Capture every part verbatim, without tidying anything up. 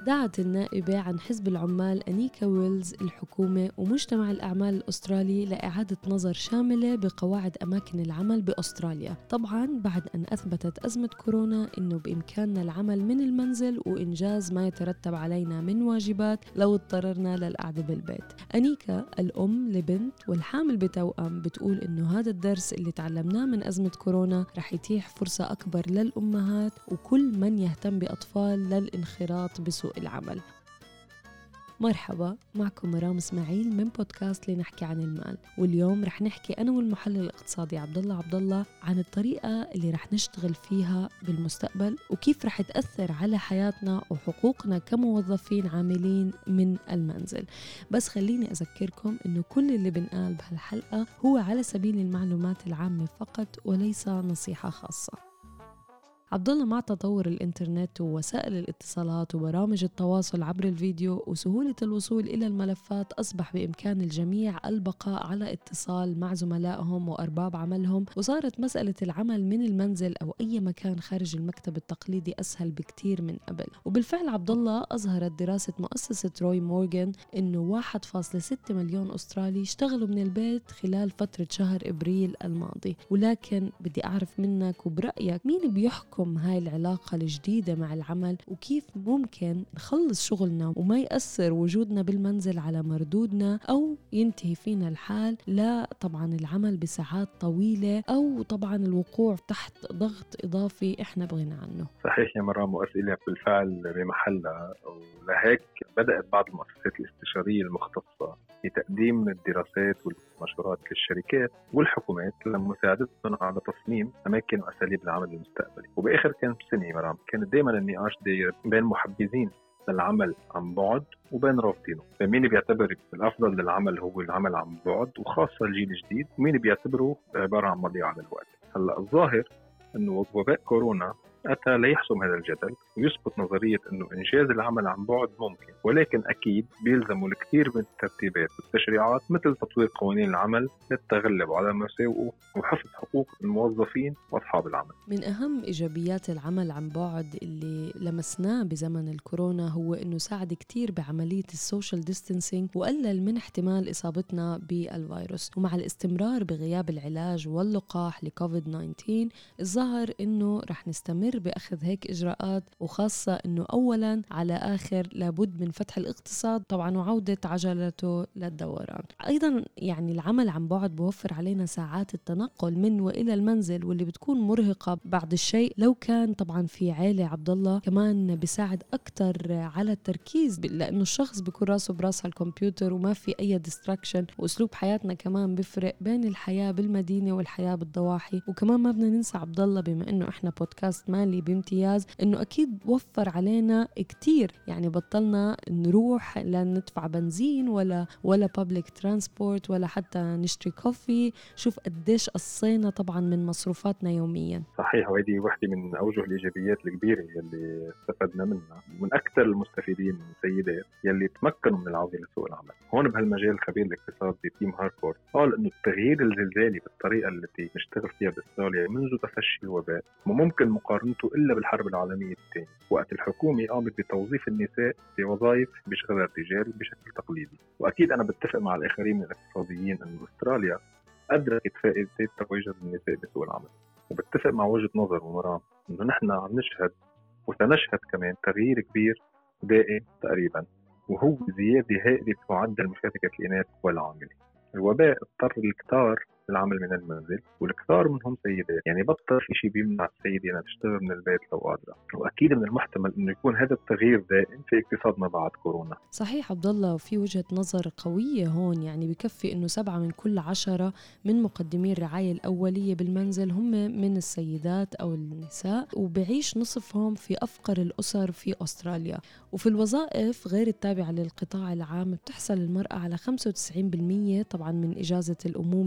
دعت النائبة عن حزب العمال أنيكا ويلز الحكومة ومجتمع الأعمال الأسترالي لإعادة نظر شاملة بقواعد أماكن العمل بأستراليا، طبعاً بعد أن أثبتت أزمة كورونا إنه بإمكاننا العمل من المنزل وإنجاز ما يترتب علينا من واجبات لو اضطررنا للقعدة بالبيت. أنيكا الأم لبنت والحامل بتوأم بتقول إنه هذا الدرس اللي تعلمناه من أزمة كورونا رح يتيح فرصة أكبر للأمهات وكل من يهتم بأطفال للانخراط بسوق العمل. مرحبا، معكم مرام اسماعيل من بودكاست لنحكي عن المال، واليوم رح نحكي أنا والمحلل الاقتصادي عبدالله عبدالله عن الطريقة اللي رح نشتغل فيها بالمستقبل وكيف رح تأثر على حياتنا وحقوقنا كموظفين عاملين من المنزل. بس خليني أذكركم إنه كل اللي بنقال بهالحلقة هو على سبيل المعلومات العامة فقط وليس نصيحة خاصة. عبدالله، مع تطور الإنترنت ووسائل الاتصالات وبرامج التواصل عبر الفيديو وسهولة الوصول إلى الملفات، أصبح بإمكان الجميع البقاء على اتصال مع زملائهم وأرباب عملهم، وصارت مسألة العمل من المنزل أو أي مكان خارج المكتب التقليدي أسهل بكتير من قبل. وبالفعل عبدالله، أظهرت دراسة مؤسسة روي مورغان إنه واحد فاصلة ستة مليون أسترالي اشتغلوا من البيت خلال فترة شهر إبريل الماضي. ولكن بدي أعرف منك وبرأيك مين بيحكم هاي العلاقة الجديدة مع العمل، وكيف ممكن نخلص شغلنا وما يأثر وجودنا بالمنزل على مردودنا أو ينتهي فينا الحال لا طبعا العمل بساعات طويلة أو طبعا الوقوع تحت ضغط إضافي إحنا بغينا عنه. صحيح يا مرام، وأسئلة بالفعل بمحلها، ولهيك بدأت بعض المؤسسات الاستشارية المختصة بتقديم الدراسات والمشورات للشركات والحكومات لمساعدتهم على تصميم أماكن وأساليب العمل المستقبلي. وبآخر كان بسنة مرام كانت دايما النقاش داير بين محبذين للعمل عن بعد وبين رافضينه، فمين بيعتبر الأفضل للعمل هو العمل عن بعد وخاصة الجيل الجديد، ومين بيعتبره عبارة عن مضيعة للوقت. هلأ الظاهر أنه وباء كورونا أتى ليحسم هذا الجدل ويثبت نظرية أنه إنجاز العمل عن بعد ممكن، ولكن أكيد بيلزموا الكثير من الترتيبات والتشريعات مثل تطوير قوانين العمل للتغلب على مساوئه وحفظ حقوق الموظفين وأصحاب العمل. من أهم إيجابيات العمل عن بعد اللي لمسناه بزمن الكورونا هو أنه ساعد كتير بعملية السوشيال ديستنسينج وقلل من احتمال إصابتنا بالفيروس. ومع الاستمرار بغياب العلاج واللقاح لكوفيد تسعة عشر الظاهر أنه رح نستمر بأخذ هيك إجراءات، وخاصة أنه أولاً على آخر لابد من فتح الاقتصاد طبعاً وعودة عجلته للدوران. أيضاً يعني العمل عن بعد بوفر علينا ساعات التنقل من وإلى المنزل واللي بتكون مرهقة بعض الشيء لو كان طبعاً في عائلة. عبدالله كمان بيساعد أكتر على التركيز لأنه الشخص بيكون راسه براس على الكمبيوتر وما في أي ديستراكشن، وأسلوب حياتنا كمان بفرق بين الحياة بالمدينة والحياة بالضواحي. وكمان ما بدنا ننسى عبدالله، بما أنه إحنا بودكاست مالي بامتياز، انه اكيد وفر علينا كتير، يعني بطلنا نروح لندفع بنزين ولا ولا بابليك ترانسبورت ولا حتى نشتري كوفي. شوف قديش قصينا طبعا من مصروفاتنا يوميا. صحيح، وهذه واحدة من اوجه الايجابيات الكبيره يلي استفدنا منها. من اكثر المستفيدين السيدات يلي تمكنوا من العودة لسوق العمل. هون بهالمجال خبير الاقتصاد تيم هارفورد قال انه التغيير الزلزالي بالطريقه التي نشتغل فيها باستراليا منذ تفشي الوباء وممكن مقارنته إلا بالحرب العالمية الثانية، وقت الحكومة قامت بتوظيف النساء في وظائف بيشغلها الرجال بشكل تقليدي. وأكيد أنا بتفق مع الآخرين من الاقتصاديين أن أستراليا أدركت فائدة تواجد النساء بسوق العمل، وبتفق مع وجهة نظر ومرام أنه نحن عم نشهد وسنشهد كمان تغيير كبير دائم تقريبا، وهو زيادة هائلة في معدل مشاركة الإناث والعاملين. الوباء اضطر الكثار للعمل من المنزل، والكثار منهم سيدات، يعني بطل في شيء بيمنع السيدة أنها تشتغل من البيت لو قادرة. وأكيد من المحتمل أنه يكون هذا التغيير دائم في اقتصادنا بعد كورونا. صحيح عبدالله، وفي وجهة نظر قوية هون، يعني بكفي أنه سبعة من كل عشرة من مقدمي الرعاية الأولية بالمنزل هم من السيدات أو النساء، وبعيش نصفهم في أفقر الأسر في أستراليا. وفي الوظائف غير التابعة للقطاع العام بتحصل المرأة على خمسة وتسعين بالمية طبعا من إجازة الأمومة الأولية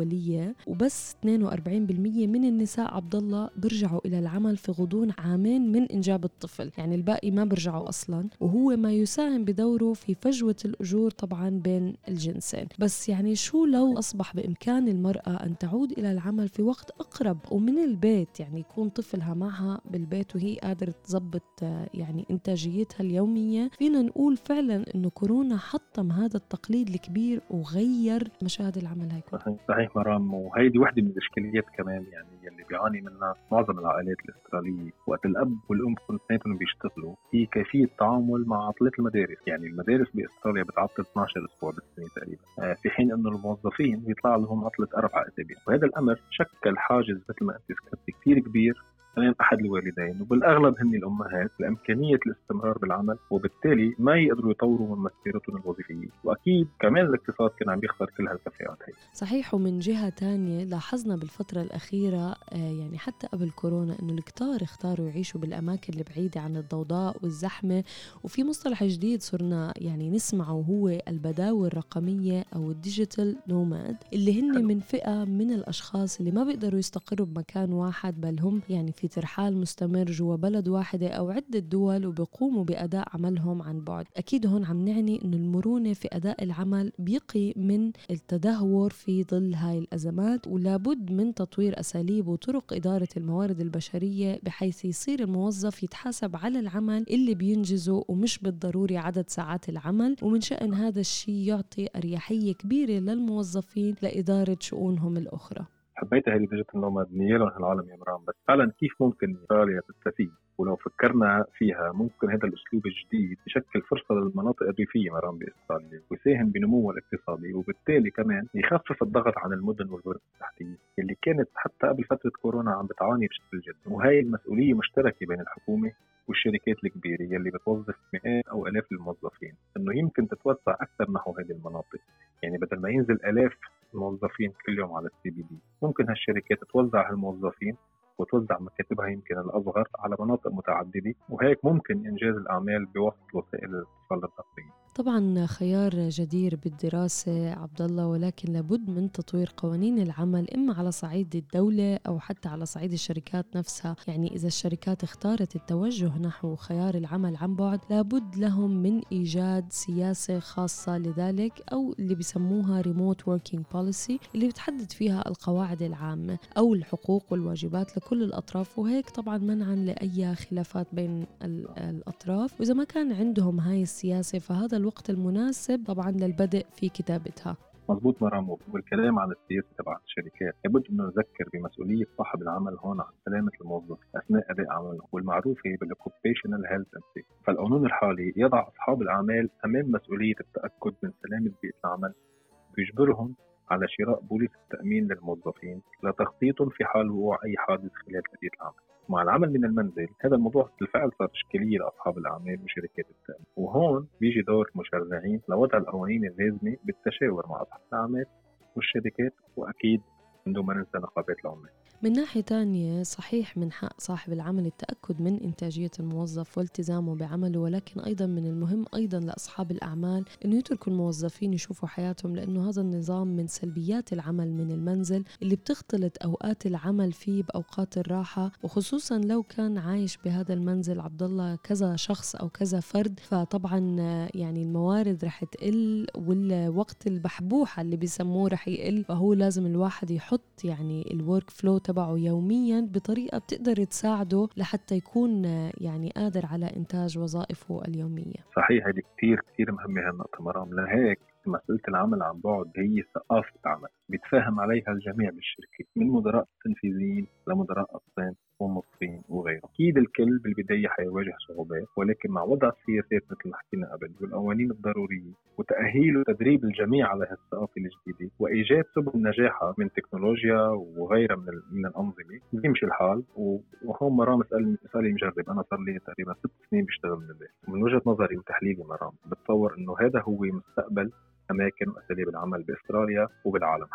الآلية، وبس اثنين وأربعين بالمية من النساء عبد الله بيرجعوا إلى العمل في غضون عامين من إنجاب الطفل، يعني الباقي ما بيرجعوا أصلاً، وهو ما يساهم بدوره في فجوة الأجور طبعاً بين الجنسين. بس يعني شو لو أصبح بإمكان المرأة أن تعود إلى العمل في وقت أقرب ومن البيت، يعني يكون طفلها معها بالبيت وهي قادرة تضبط يعني إنتاجيتها اليومية؟ فينا نقول فعلاً إنه كورونا حطم هذا التقليد الكبير وغير مشاهد العمل. هيك صحيح صحيح مرام، وهيدي وحده من الاشكاليات كمان يعني اللي بيعاني منها معظم العائلات الاستراليه وقت الاب والام كلهم اثنيناتهم بيشتغلوا، هي كيفيه التعامل مع عطله المدارس. يعني المدارس باستراليا بتعطل اثني عشر اسبوع بالسنه تقريبا، آه في حين انه الموظفين بيطلع لهم عطله اربع اسابيع، وهذا الامر شكل حاجز مثل ما انت ذكرتي كثير كبير امام احد الوالدين، وبالاغلب هن الامهات، لامكانيه الاستمرار بالعمل، وبالتالي ما يقدروا يطوروا من مسيرتهم الوظيفيه، واكيد كمان الاقتصاد كان عم يخسر كل هالكفاءات هي. صحيح. ومن جهه تانية لاحظنا بالفتره الاخيره يعني حتى قبل كورونا انه الكتار اختاروا يعيشوا بالاماكن البعيده عن الضوضاء والزحمه، وفي مصطلح جديد صرنا يعني نسمعه وهو البداوي الرقميه او الديجيتال نوماد، اللي هن من فئه من الاشخاص اللي ما بيقدروا يستقروا بمكان واحد، بل هم يعني في ترحال مستمر جوا بلد واحدة أو عدة دول، وبيقوموا بأداء عملهم عن بعد. أكيد هون عم نعني أن المرونة في أداء العمل بيقي من التدهور في ظل هاي الأزمات، ولابد من تطوير أساليب وطرق إدارة الموارد البشرية بحيث يصير الموظف يتحاسب على العمل اللي بينجزه ومش بالضروري عدد ساعات العمل، ومن شأن هذا الشيء يعطي أريحية كبيرة للموظفين لإدارة شؤونهم الأخرى. حبيت هذه ديجيتال نوماد نيران العالم يا مرام، بس فعلا كيف ممكن استراليا تستفيد؟ ولو فكرنا فيها ممكن هذا الاسلوب الجديد يشكل فرصه للمناطق الريفيه مرام باستراليا، ويساهم بنموها الاقتصادي، وبالتالي كمان يخفف الضغط عن المدن والبنى التحتيه اللي كانت حتى قبل فتره كورونا عم بتعاني بشكل جدا. وهي المسؤوليه مشتركه بين الحكومه والشركات الكبيره يلي بتوظف مئات او الاف الموظفين، انه يمكن تتوسع اكثر نحو هذه المناطق. يعني بدل ما ينزل الاف الموظفين كل يوم على السي بي دي، ممكن هالشركات توزع هالموظفين وتوزع مكاتبها يمكن الأصغر على مناطق متعددة، وهيك ممكن إنجاز الأعمال بوسط وسائل الاتصال الرقمية. طبعا خيار جدير بالدراسة عبد الله، ولكن لابد من تطوير قوانين العمل إما على صعيد الدولة أو حتى على صعيد الشركات نفسها. يعني إذا الشركات اختارت التوجه نحو خيار العمل عن بعد، لابد لهم من إيجاد سياسة خاصة لذلك، أو اللي بيسموها Remote Working Policy، اللي بتحدد فيها القواعد العامة أو الحقوق والواجبات لكل الأطراف، وهيك طبعا منعا لأي خلافات بين الأطراف. وإذا ما كان عندهم هاي السياسة فهذا الوقت المناسب طبعا للبدء في كتابتها. مضبوط مرام. والكلام عن السياسة تبع الشركات، لابد انه نذكر بمسؤولية صاحب العمل هون عن سلامة الموظف اثناء اداء عمله، والمعروفة بالاوكوبيشنال هيلث اند سيفتي. فالقانون الحالي يضع اصحاب الاعمال امام مسؤولية التاكد من سلامة بيئة العمل، ويجبرهم على شراء بوليس التامين للموظفين لتخطيطهم في حال وقوع اي حادث خلال بيئة العمل. مع العمل من المنزل هذا الموضوع بالفعل صار إشكالية لأصحاب الأعمال وشركات التأمين، وهون بيجي دور المشرعين لوضع القوانين اللازمة بالتشاور مع أصحاب الأعمال والشركات، وأكيد من دون ما ننسى نقابات العمال. من ناحية تانية صحيح من حق صاحب العمل التأكد من إنتاجية الموظف والتزامه بعمله، ولكن أيضا من المهم أيضا لأصحاب الأعمال أنه يتركوا الموظفين يشوفوا حياتهم، لأنه هذا النظام من سلبيات العمل من المنزل اللي بتختلط أوقات العمل فيه بأوقات الراحة، وخصوصا لو كان عايش بهذا المنزل عبد الله كذا شخص أو كذا فرد، فطبعا يعني الموارد رح تقل والوقت البحبوحة اللي بيسموه رح يقل، فهو لازم الواحد يحط يعني الورك فلو تبعه يوميا بطريقة بتقدر تساعده لحتى يكون يعني قادر على إنتاج وظائفه اليومية. صحيح، هذه كتير كتير مهمة هالنقطة مرام. لهيك مسألة العمل عن بعد هي ثقافة عمل بيتفاهم عليها الجميع بالشركة، من مدراء التنفيذيين لمدراء أقسام وموظفين وغيره. أكيد الكل بالبداية حيواجه صعوبات، ولكن مع وضع السياسات مثل ما حكينا قبل والقوانين الضرورية وتأهيل وتدريب الجميع على هالثقافة الجديدة وإيجاد سبل نجاحها من تكنولوجيا وغيرها من من الأنظمة، بيمشي الحال. وهون مرام اسأل اسألي مجرب، أنا صار لي تقريبا ست سنين بشتغل من البيت. من وجهة نظري وتحليلي مرام بتصور إنه هذا هو مستقبل أماكن وأساليب العمل بأستراليا وبالعالم حتى.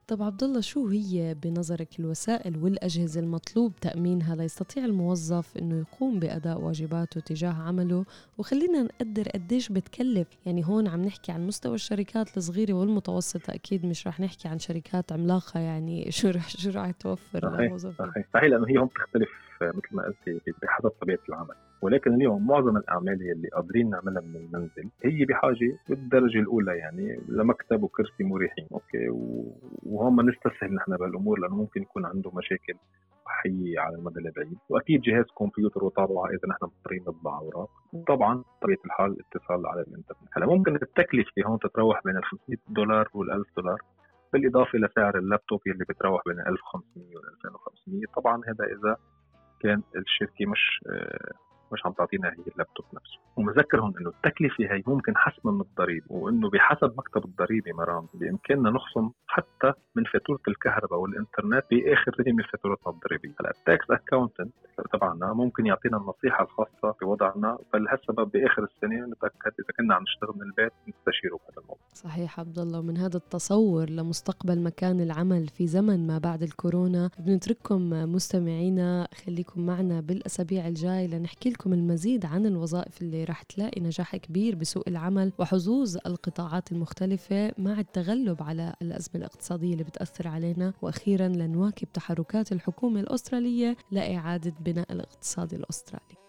طب عبد الله، شو هي بنظرك الوسائل والأجهزة المطلوب تأمينها ليستطيع الموظف إنه يقوم بأداء واجباته تجاه عمله؟ وخلينا نقدر قديش بتكلف. يعني هون عم نحكي عن مستوى الشركات الصغيرة والمتوسطة، أكيد مش رح نحكي عن شركات عملاقة يعني شو رح شو رح توفر للموظفين. صحيح صحيح، لأنه هي هم تختلف مثل ما قلتي بحسب طبيعة العمل. ولكن اليوم معظم الأعمال اللي قادرين نعملها من المنزل هي بحاجة بالدرجة الأولى يعني لمكتب وكرسي مريحين. أوكي، وهم ما نستسهل نحن بهالأمور لأنه ممكن يكون عنده مشاكل صحية على المدى البعيد. وأكيد جهاز كمبيوتر وطابعة إذا نحن مضطرين نطبع أوراق. طبعا طبيعة الحال اتصال على الإنترنت. هلا ممكن التكلفة هون تتراوح بين ال خمسمية دولار وال ألف دولار، بالإضافة لسعر اللابتوب اللي بتراوح بين ألف وخمسمية وال ألفين وخمسمية. طبعا هذا إذا كان الشركة مش مش عم تعطينا هي اللابتوب نفسه. ومذكرهم انه التكلفه هي ممكن حسب من الضريبه، وانه بحسب مكتب الضريبه مرام بامكاننا نخصم حتى من فاتوره الكهرباء والانترنت باخر رقم فاتورتنا الضريبيه. هلا التاكس اكاونتنت تبعنا ممكن يعطينا النصيحه الخاصه بوضعنا، فلهالسبب باخر السنه نتاكد اذا كنا عم نشتغل من البيت نستشيره بهذا الموضوع. صحيح عبد الله، ومن هذا التصور لمستقبل مكان العمل في زمن ما بعد الكورونا بنترككم مستمعينا، خليكم معنا بالاسابيع الجاي لنحكي لكم المزيد عن الوظائف اللي رح تلاقي نجاح كبير بسوق العمل وحظوظ القطاعات المختلفة مع التغلب على الأزمة الاقتصادية اللي بتأثر علينا، وأخيرا لنواكب تحركات الحكومة الأسترالية لإعادة بناء الاقتصاد الأسترالي.